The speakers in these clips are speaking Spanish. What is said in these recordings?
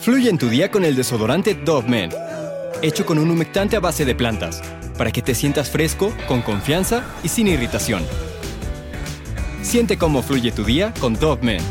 Fluye en tu día con el desodorante Dove Men, hecho con un humectante a base de plantas, para que te sientas fresco, con confianza y sin irritación. Siente cómo fluye tu día con Dove Men.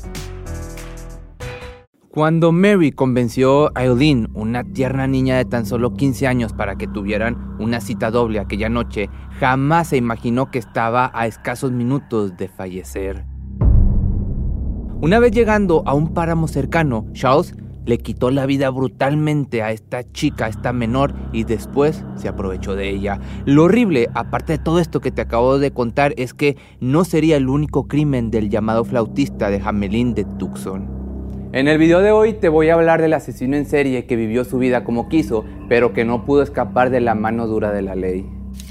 Cuando Mary convenció a Eileen, una tierna niña de tan solo 15 años, para que tuvieran una cita doble aquella noche, jamás se imaginó que estaba a escasos minutos de fallecer. Una vez llegando a un páramo cercano, Charles le quitó la vida brutalmente a esta chica, a esta menor, y después se aprovechó de ella. Lo horrible, aparte de todo esto que te acabo de contar, es que no sería el único crimen del llamado flautista de Hamelin de Tucson. En el video de hoy te voy a hablar del asesino en serie que vivió su vida como quiso, pero que no pudo escapar de la mano dura de la ley.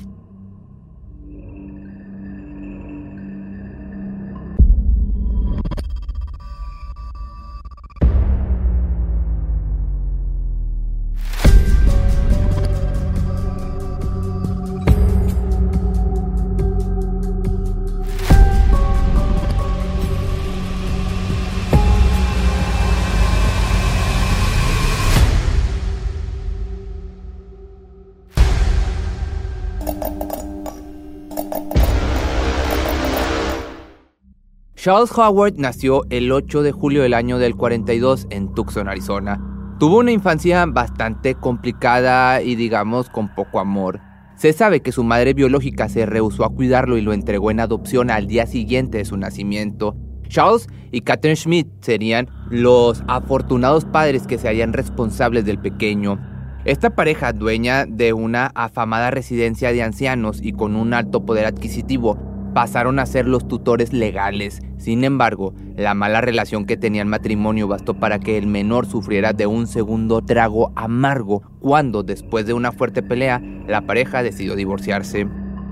Charles Howard nació el 8 de julio del año del 42 en Tucson, Arizona. Tuvo una infancia bastante complicada y digamos con poco amor. Se sabe que su madre biológica se rehusó a cuidarlo y lo entregó en adopción al día siguiente de su nacimiento. Charles y Catherine Schmidt serían los afortunados padres que se harían responsables del pequeño. Esta pareja, dueña de una afamada residencia de ancianos y con un alto poder adquisitivo, pasaron a ser los tutores legales. Sin embargo, la mala relación que tenía el matrimonio bastó para que el menor sufriera de un segundo trago amargo cuando, después de una fuerte pelea, la pareja decidió divorciarse.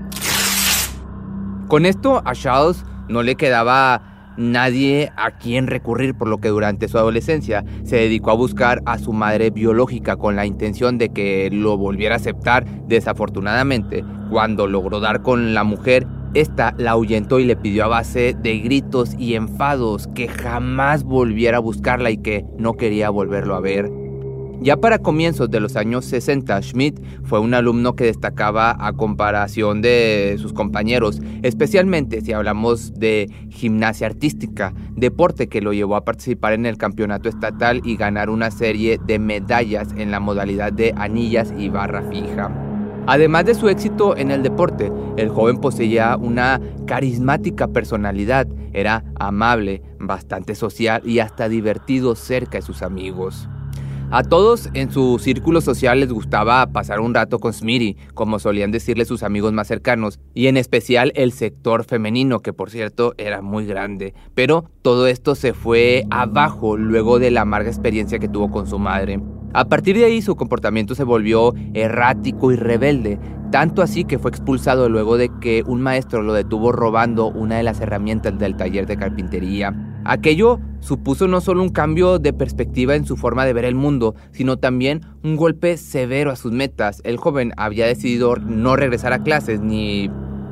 Con esto, a Charles no le quedaba nadie a quien recurrir, por lo que durante su adolescencia se dedicó a buscar a su madre biológica con la intención de que lo volviera a aceptar. Desafortunadamente, cuando logró dar con la mujer, esta la ahuyentó y le pidió a base de gritos y enfados que jamás volviera a buscarla y que no quería volverlo a ver. Ya para comienzos de los años 60, Schmidt fue un alumno que destacaba a comparación de sus compañeros, especialmente si hablamos de gimnasia artística, deporte que lo llevó a participar en el campeonato estatal y ganar una serie de medallas en la modalidad de anillas y barra fija. Además de su éxito en el deporte, el joven poseía una carismática personalidad, era amable, bastante social y hasta divertido cerca de sus amigos. A todos en su círculo social les gustaba pasar un rato con Smitty, como solían decirle sus amigos más cercanos, y en especial el sector femenino, que por cierto era muy grande. Pero todo esto se fue abajo luego de la amarga experiencia que tuvo con su madre. A partir de ahí su comportamiento se volvió errático y rebelde, tanto así que fue expulsado luego de que un maestro lo detuvo robando una de las herramientas del taller de carpintería. Aquello supuso no solo un cambio de perspectiva en su forma de ver el mundo, sino también un golpe severo a sus metas. El joven había decidido no regresar a clases ni,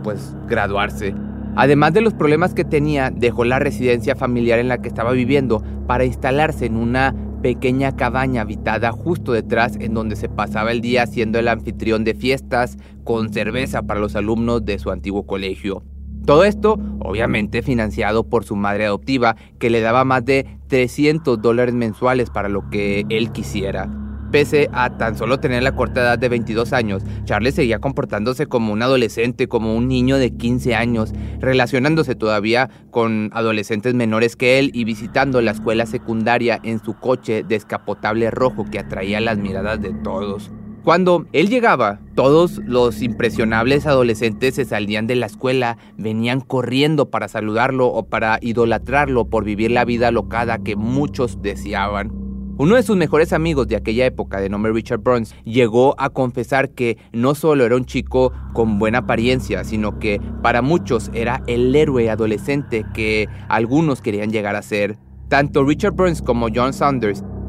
graduarse. Además de los problemas que tenía, dejó la residencia familiar en la que estaba viviendo para instalarse en una pequeña cabaña habitada justo detrás, en donde se pasaba el día siendo el anfitrión de fiestas con cerveza para los alumnos de su antiguo colegio. Todo esto, obviamente, financiado por su madre adoptiva, que le daba más de $300 mensuales para lo que él quisiera. Pese a tan solo tener la corta edad de 22 años, Charles seguía comportándose como un adolescente, como un niño de 15 años, relacionándose todavía con adolescentes menores que él y visitando la escuela secundaria en su coche descapotable rojo que atraía las miradas de todos. Cuando él llegaba, todos los impresionables adolescentes se salían de la escuela, venían corriendo para saludarlo o para idolatrarlo por vivir la vida alocada que muchos deseaban. Uno de sus mejores amigos de aquella época, de nombre Richard Burns, llegó a confesar que no solo era un chico con buena apariencia, sino que para muchos era el héroe adolescente que algunos querían llegar a ser. Tanto Richard Burns como John Saunders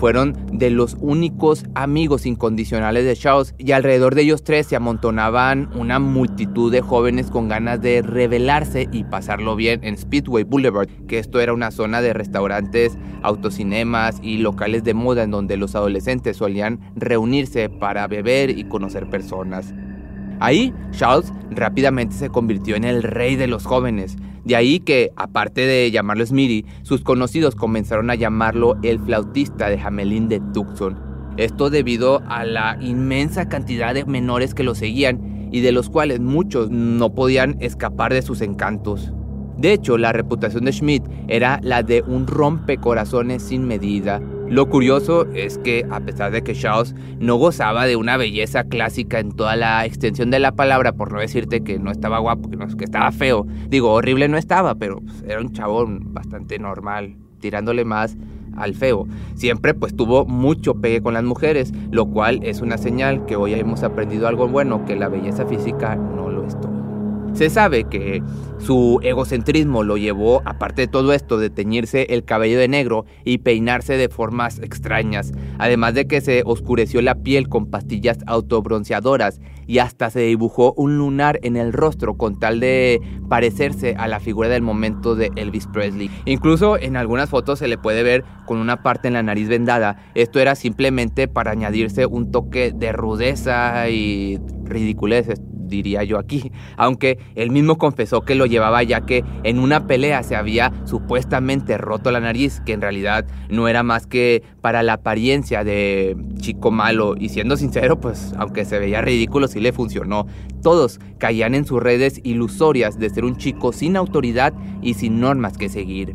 fueron de los únicos amigos incondicionales de Charles, y alrededor de ellos tres se amontonaban una multitud de jóvenes con ganas de rebelarse y pasarlo bien en Speedway Boulevard, que esto era una zona de restaurantes, autocinemas y locales de moda en donde los adolescentes solían reunirse para beber y conocer personas. Ahí, Charles rápidamente se convirtió en el rey de los jóvenes. De ahí que, aparte de llamarlo Smitty, sus conocidos comenzaron a llamarlo el flautista de Hamelin de Tucson. Esto debido a la inmensa cantidad de menores que lo seguían y de los cuales muchos no podían escapar de sus encantos. De hecho, la reputación de Schmidt era la de un rompecorazones sin medida. Lo curioso es que, a pesar de que Charles no gozaba de una belleza clásica en toda la extensión de la palabra, por no decirte que no estaba guapo, que estaba feo, digo, horrible no estaba, pero era un chabón bastante normal, tirándole más al feo. Siempre pues tuvo mucho pegue con las mujeres, lo cual es una señal que hoy hemos aprendido algo bueno, que la belleza física no lo es todo. Se sabe que su egocentrismo lo llevó, aparte de todo esto, de teñirse el cabello de negro y peinarse de formas extrañas, además de que se oscureció la piel con pastillas autobronceadoras y hasta se dibujó un lunar en el rostro con tal de parecerse a la figura del momento de Elvis Presley. Incluso en algunas fotos se le puede ver con una parte en la nariz vendada. Esto era simplemente para añadirse un toque de rudeza y ridiculeces, diría yo aquí, aunque él mismo confesó que lo llevaba ya que en una pelea se había supuestamente roto la nariz, que en realidad no era más que para la apariencia de chico malo, y siendo sincero, pues aunque se veía ridículo, sí le funcionó. Todos caían en sus redes ilusorias de ser un chico sin autoridad y sin normas que seguir.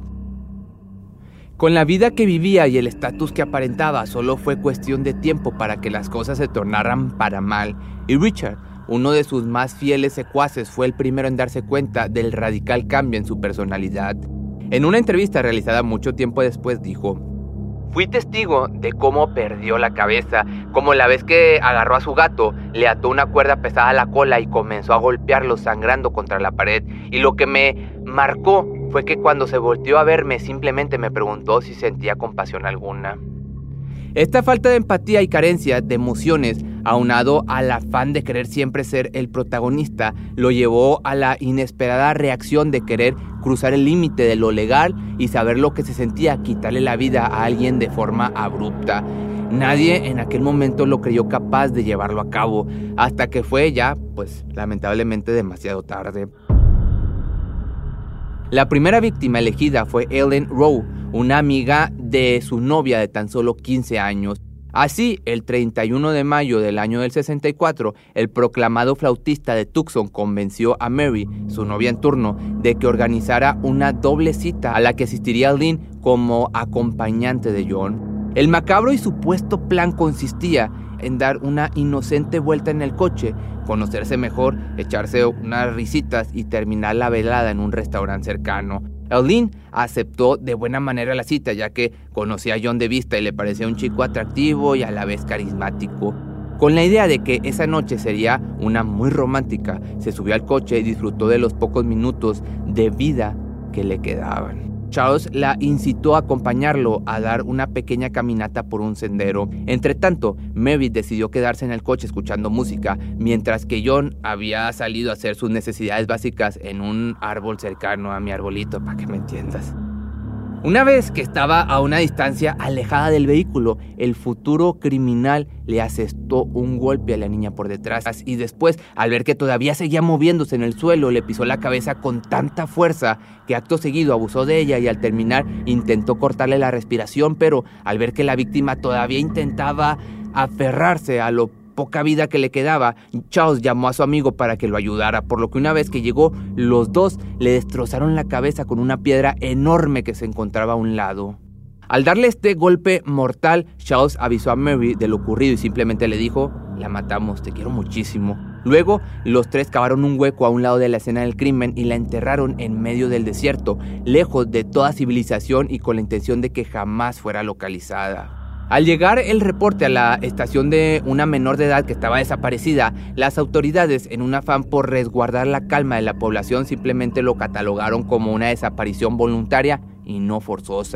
Con la vida que vivía y el estatus que aparentaba, solo fue cuestión de tiempo para que las cosas se tornaran para mal, y Richard, uno de sus más fieles secuaces, fue el primero en darse cuenta del radical cambio en su personalidad. En una entrevista realizada mucho tiempo después dijo: "Fui testigo de cómo perdió la cabeza, como la vez que agarró a su gato, le ató una cuerda pesada a la cola y comenzó a golpearlo sangrando contra la pared. Y lo que me marcó fue que cuando se volteó a verme simplemente me preguntó si sentía compasión alguna". Esta falta de empatía y carencia de emociones, aunado al afán de querer siempre ser el protagonista, lo llevó a la inesperada reacción de querer cruzar el límite de lo legal y saber lo que se sentía quitarle la vida a alguien de forma abrupta. Nadie en aquel momento lo creyó capaz de llevarlo a cabo, hasta que fue ya, pues lamentablemente demasiado tarde. La primera víctima elegida fue Ellen Rowe, una amiga de su novia de tan solo 15 años. Así, el 31 de mayo del año del 64, el proclamado flautista de Tucson convenció a Mary, su novia en turno, de que organizara una doble cita a la que asistiría Lynn como acompañante de John. El macabro y supuesto plan consistía en dar una inocente vuelta en el coche, conocerse mejor, echarse unas risitas y terminar la velada en un restaurante cercano. Lynn aceptó de buena manera la cita, ya que conocía a John de vista y le parecía un chico atractivo y a la vez carismático. Con la idea de que esa noche sería una muy romántica, se subió al coche y disfrutó de los pocos minutos de vida que le quedaban. Charles la incitó a acompañarlo a dar una pequeña caminata por un sendero. Entre tanto, Mary decidió quedarse en el coche escuchando música, mientras que John había salido a hacer sus necesidades básicas en un árbol cercano a mi arbolito, para que me entiendas. Una vez que estaba a una distancia alejada del vehículo, el futuro criminal le asestó un golpe a la niña por detrás y después, al ver que todavía seguía moviéndose en el suelo, le pisó la cabeza con tanta fuerza que acto seguido abusó de ella y al terminar intentó cortarle la respiración, pero al ver que la víctima todavía intentaba aferrarse a lo poca vida que le quedaba, Charles llamó a su amigo para que lo ayudara, por lo que una vez que llegó, los dos le destrozaron la cabeza con una piedra enorme que se encontraba a un lado. Al darle este golpe mortal, Charles avisó a Mary de lo ocurrido y simplemente le dijo: "La matamos, te quiero muchísimo". Luego, los tres cavaron un hueco a un lado de la escena del crimen y la enterraron en medio del desierto, lejos de toda civilización y con la intención de que jamás fuera localizada. Al llegar el reporte a la estación de una menor de edad que estaba desaparecida, las autoridades, en un afán por resguardar la calma de la población, simplemente lo catalogaron como una desaparición voluntaria y no forzosa.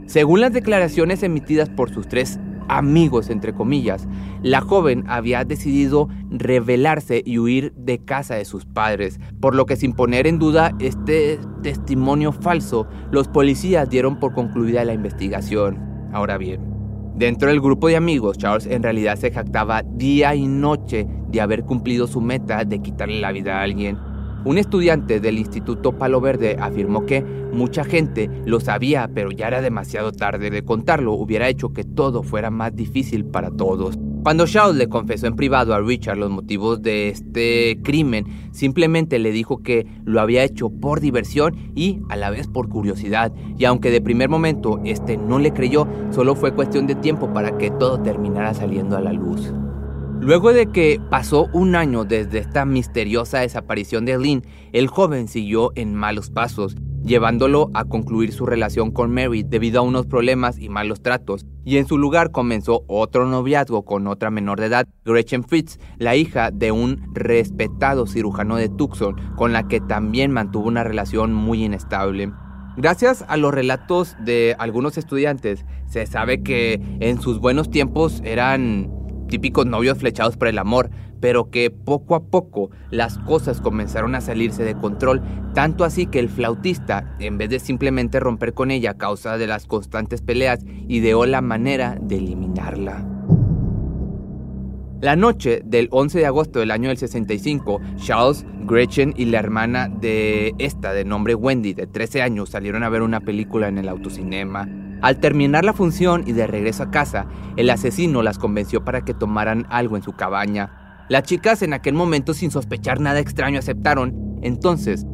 Según las declaraciones emitidas por sus 3 amigos, entre comillas, la joven había decidido rebelarse y huir de casa de sus padres, por lo que sin poner en duda este testimonio falso, los policías dieron por concluida la investigación. Ahora bien, dentro del grupo de amigos, Charles en realidad se jactaba día y noche de haber cumplido su meta de quitarle la vida a alguien. Un estudiante del Instituto Palo Verde afirmó que mucha gente lo sabía, pero ya era demasiado tarde. De contarlo hubiera hecho que todo fuera más difícil para todos. Cuando Charles le confesó en privado a Richard los motivos de este crimen, simplemente le dijo que lo había hecho por diversión y a la vez por curiosidad. Y aunque de primer momento este no le creyó, solo fue cuestión de tiempo para que todo terminara saliendo a la luz. Luego de que pasó un año desde esta misteriosa desaparición de Lynn, el joven siguió en malos pasos, llevándolo a concluir su relación con Mary debido a unos problemas y malos tratos, y en su lugar comenzó otro noviazgo con otra menor de edad, Gretchen Fritz, la hija de un respetado cirujano de Tucson, con la que también mantuvo una relación muy inestable. Gracias a los relatos de algunos estudiantes, se sabe que en sus buenos tiempos eran típicos novios flechados por el amor, pero que poco a poco las cosas comenzaron a salirse de control, tanto así que el flautista, en vez de simplemente romper con ella a causa de las constantes peleas, ideó la manera de eliminarla. La noche del 11 de agosto del año del 65, Charles, Gretchen y la hermana de nombre Wendy, de 13 años, salieron a ver una película en el autocinema. Al terminar la función y de regreso a casa, el asesino las convenció para que tomaran algo en su cabaña. Las chicas en aquel momento, sin sospechar nada extraño, aceptaron. Entonces,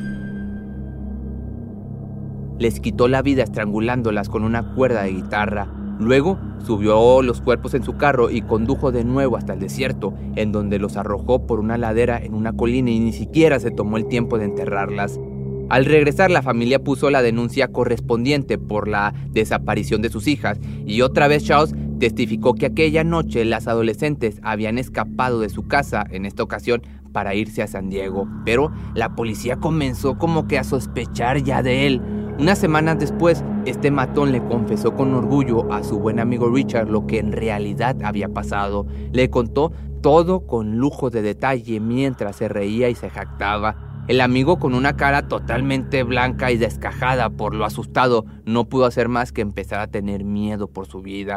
les quitó la vida estrangulándolas con una cuerda de guitarra. Luego, subió los cuerpos en su carro y condujo de nuevo hasta el desierto, en donde los arrojó por una ladera en una colina y ni siquiera se tomó el tiempo de enterrarlas. Al regresar, la familia puso la denuncia correspondiente por la desaparición de sus hijas y otra vez Charles testificó que aquella noche las adolescentes habían escapado de su casa, en esta ocasión para irse a San Diego, pero la policía comenzó como que a sospechar ya de él. Unas semanas después, este matón le confesó con orgullo a su buen amigo Richard lo que en realidad había pasado. Le contó todo con lujo de detalle mientras se reía y se jactaba. El amigo, con una cara totalmente blanca y descajada por lo asustado, no pudo hacer más que empezar a tener miedo por su vida.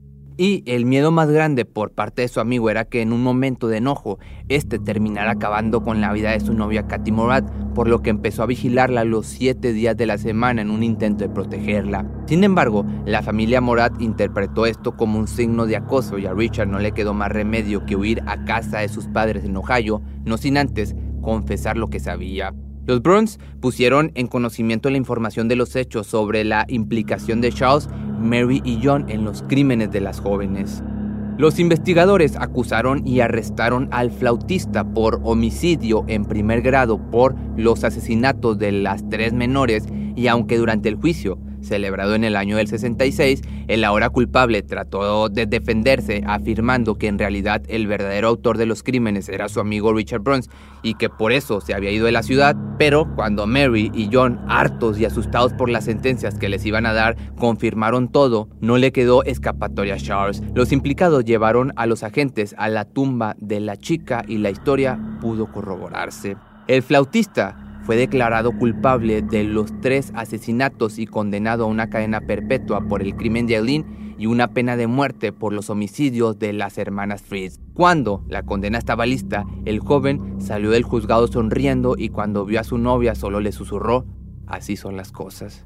Y el miedo más grande por parte de su amigo era que en un momento de enojo, terminara acabando con la vida de su novia Katy Morat, por lo que empezó a vigilarla los 7 días de la semana en un intento de protegerla. Sin embargo, la familia Morat interpretó esto como un signo de acoso y a Richard no le quedó más remedio que huir a casa de sus padres en Ohio, no sin antes confesar lo que sabía. Los Bruns pusieron en conocimiento la información de los hechos sobre la implicación de Charles, Mary y John en los crímenes de las jóvenes. Los investigadores acusaron y arrestaron al flautista por homicidio en primer grado por los asesinatos de las 3 menores y aunque durante el juicio, celebrado en el año del 66, el ahora culpable trató de defenderse afirmando que en realidad el verdadero autor de los crímenes era su amigo Richard Bruns y que por eso se había ido de la ciudad, pero cuando Mary y John, hartos y asustados por las sentencias que les iban a dar, confirmaron todo, no le quedó escapatoria a Charles. Los implicados llevaron a los agentes a la tumba de la chica y la historia pudo corroborarse. El flautista fue declarado culpable de los 3 asesinatos y condenado a una cadena perpetua por el crimen de Eileen y una pena de muerte por los homicidios de las hermanas Fritz. Cuando la condena estaba lista, el joven salió del juzgado sonriendo y cuando vio a su novia solo le susurró: "Así son las cosas".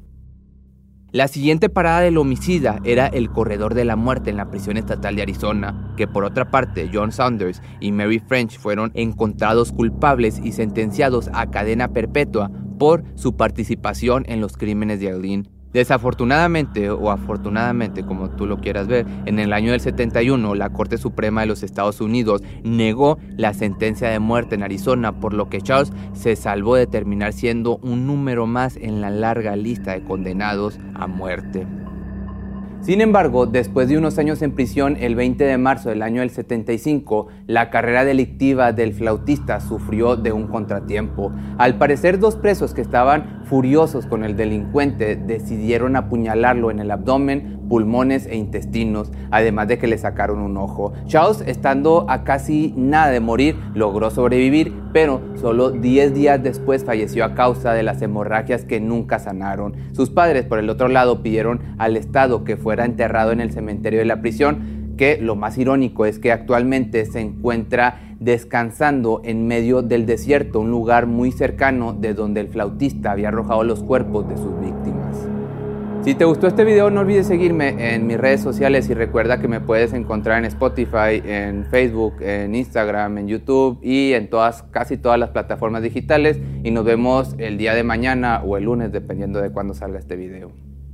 La siguiente parada del homicida era el corredor de la muerte en la prisión estatal de Arizona, que por otra parte John Saunders y Mary French fueron encontrados culpables y sentenciados a cadena perpetua por su participación en los crímenes de Eileen. Desafortunadamente o afortunadamente, como tú lo quieras ver, en el año del 71 la Corte Suprema de los Estados Unidos negó la sentencia de muerte en Arizona, por lo que Charles se salvó de terminar siendo un número más en la larga lista de condenados a muerte. Sin embargo, después de unos años en prisión, el 20 de marzo del año del 75, la carrera delictiva del flautista sufrió de un contratiempo. Al parecer, dos presos que estaban furiosos con el delincuente decidieron apuñalarlo en el abdomen, pulmones e intestinos, además de que le sacaron un ojo. Charles, estando a casi nada de morir, logró sobrevivir, pero solo 10 días después falleció a causa de las hemorragias que nunca sanaron. Sus padres, por el otro lado, pidieron al Estado que fuera enterrado en el cementerio de la prisión, que lo más irónico es que actualmente se encuentra descansando en medio del desierto, un lugar muy cercano de donde el flautista había arrojado los cuerpos de sus víctimas. Si te gustó este video, no olvides seguirme en mis redes sociales y recuerda que me puedes encontrar en Spotify, en Facebook, en Instagram, en YouTube y en casi todas las plataformas digitales, y nos vemos el día de mañana o el lunes dependiendo de cuándo salga este video.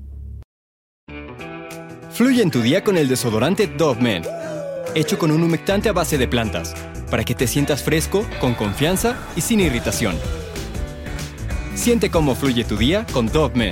Fluye en tu día con el desodorante Dove Men, hecho con un humectante a base de plantas, para que te sientas fresco, con confianza y sin irritación. Siente cómo fluye tu día con Dove Men.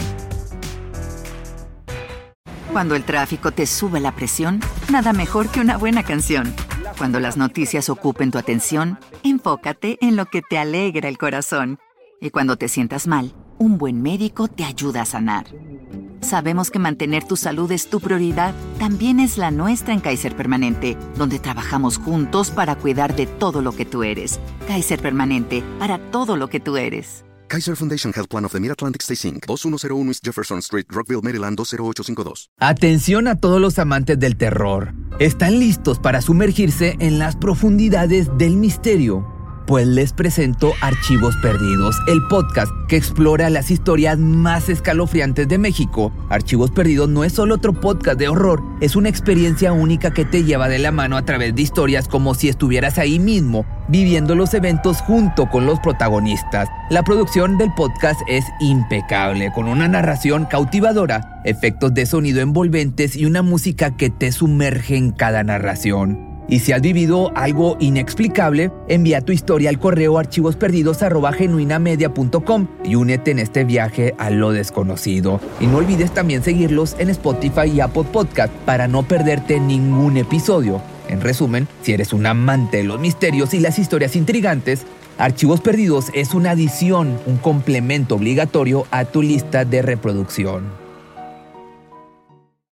Cuando el tráfico te sube la presión, nada mejor que una buena canción. Cuando las noticias ocupen tu atención, enfócate en lo que te alegra el corazón. Y cuando te sientas mal, un buen médico te ayuda a sanar. Sabemos que mantener tu salud es tu prioridad. También es la nuestra en Kaiser Permanente, donde trabajamos juntos para cuidar de todo lo que tú eres. Kaiser Permanente, para todo lo que tú eres. Kaiser Foundation Health Plan of the Mid-Atlantic Stay Inc. 2101 East Jefferson Street, Rockville, Maryland 20852. Atención a todos los amantes del terror. ¿Están listos para sumergirse en las profundidades del misterio? Pues les presento Archivos Perdidos, el podcast que explora las historias más escalofriantes de México. Archivos Perdidos no es solo otro podcast de horror, es una experiencia única que te lleva de la mano a través de historias como si estuvieras ahí mismo, viviendo los eventos junto con los protagonistas. La producción del podcast es impecable, con una narración cautivadora, efectos de sonido envolventes y una música que te sumerge en cada narración. Y si has vivido algo inexplicable, envía tu historia al correo archivosperdidos@genuinamedia.com y únete en este viaje a lo desconocido. Y no olvides también seguirlos en Spotify y Apple Podcast para no perderte ningún episodio. En resumen, si eres un amante de los misterios y las historias intrigantes, Archivos Perdidos es una adición, un complemento obligatorio a tu lista de reproducción.